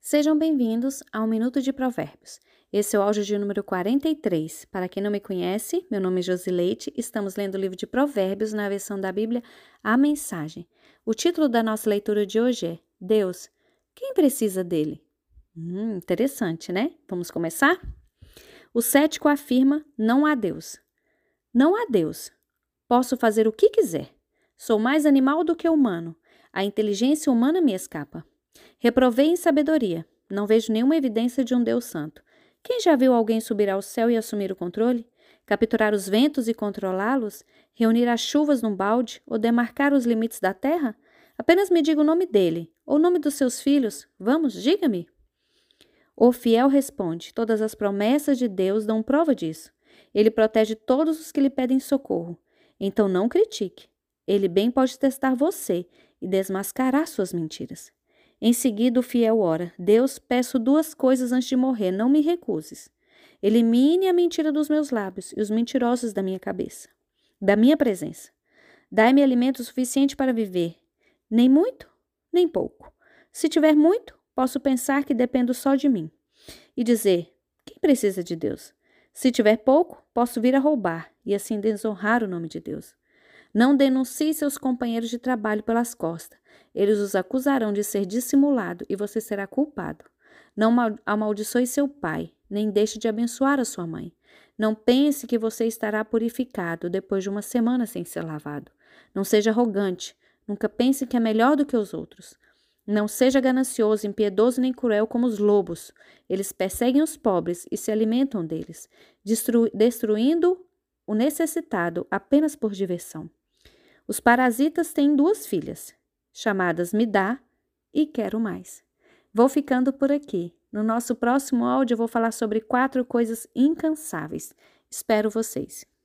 Sejam bem-vindos ao Minuto de Provérbios. Esse é o áudio de número 43. Para quem não me conhece, meu nome é Josileite, estamos lendo o livro de Provérbios na versão da Bíblia A Mensagem. O título da nossa leitura de hoje é Deus, quem precisa dele? Interessante, né? Vamos começar? O cético afirma, não há Deus. Não há Deus. Posso fazer o que quiser. Sou mais animal do que humano. A inteligência humana me escapa. Reprovei em sabedoria. Não vejo nenhuma evidência de um Deus santo. Quem já viu alguém subir ao céu e assumir o controle? Capturar os ventos e controlá-los? Reunir as chuvas num balde ou demarcar os limites da terra? Apenas me diga o nome dele, ou o nome dos seus filhos. Vamos, diga-me. O fiel responde, todas as promessas de Deus dão prova disso. Ele protege todos os que lhe pedem socorro. Então não critique. Ele bem pode testar você e desmascarar suas mentiras. Em seguida, o fiel ora, Deus, peço duas coisas antes de morrer, não me recuses. Elimine a mentira dos meus lábios e os mentirosos da minha cabeça, da minha presença. Dai-me alimento suficiente para viver, nem muito, nem pouco. Se tiver muito, posso pensar que dependo só de mim. E dizer, quem precisa de Deus? Se tiver pouco, posso vir a roubar e assim desonrar o nome de Deus. Não denuncie seus companheiros de trabalho pelas costas. Eles os acusarão de ser dissimulado e você será culpado. Não amaldiçoe seu pai, nem deixe de abençoar a sua mãe. Não pense que você estará purificado depois de uma semana sem ser lavado. Não seja arrogante. Nunca pense que é melhor do que os outros. Não seja ganancioso, impiedoso nem cruel como os lobos. Eles perseguem os pobres e se alimentam deles, destruindo o necessitado apenas por diversão. Os parasitas têm duas filhas, chamadas Me Dá e Quero Mais. Vou ficando por aqui. No nosso próximo áudio eu vou falar sobre 4 coisas incansáveis. Espero vocês.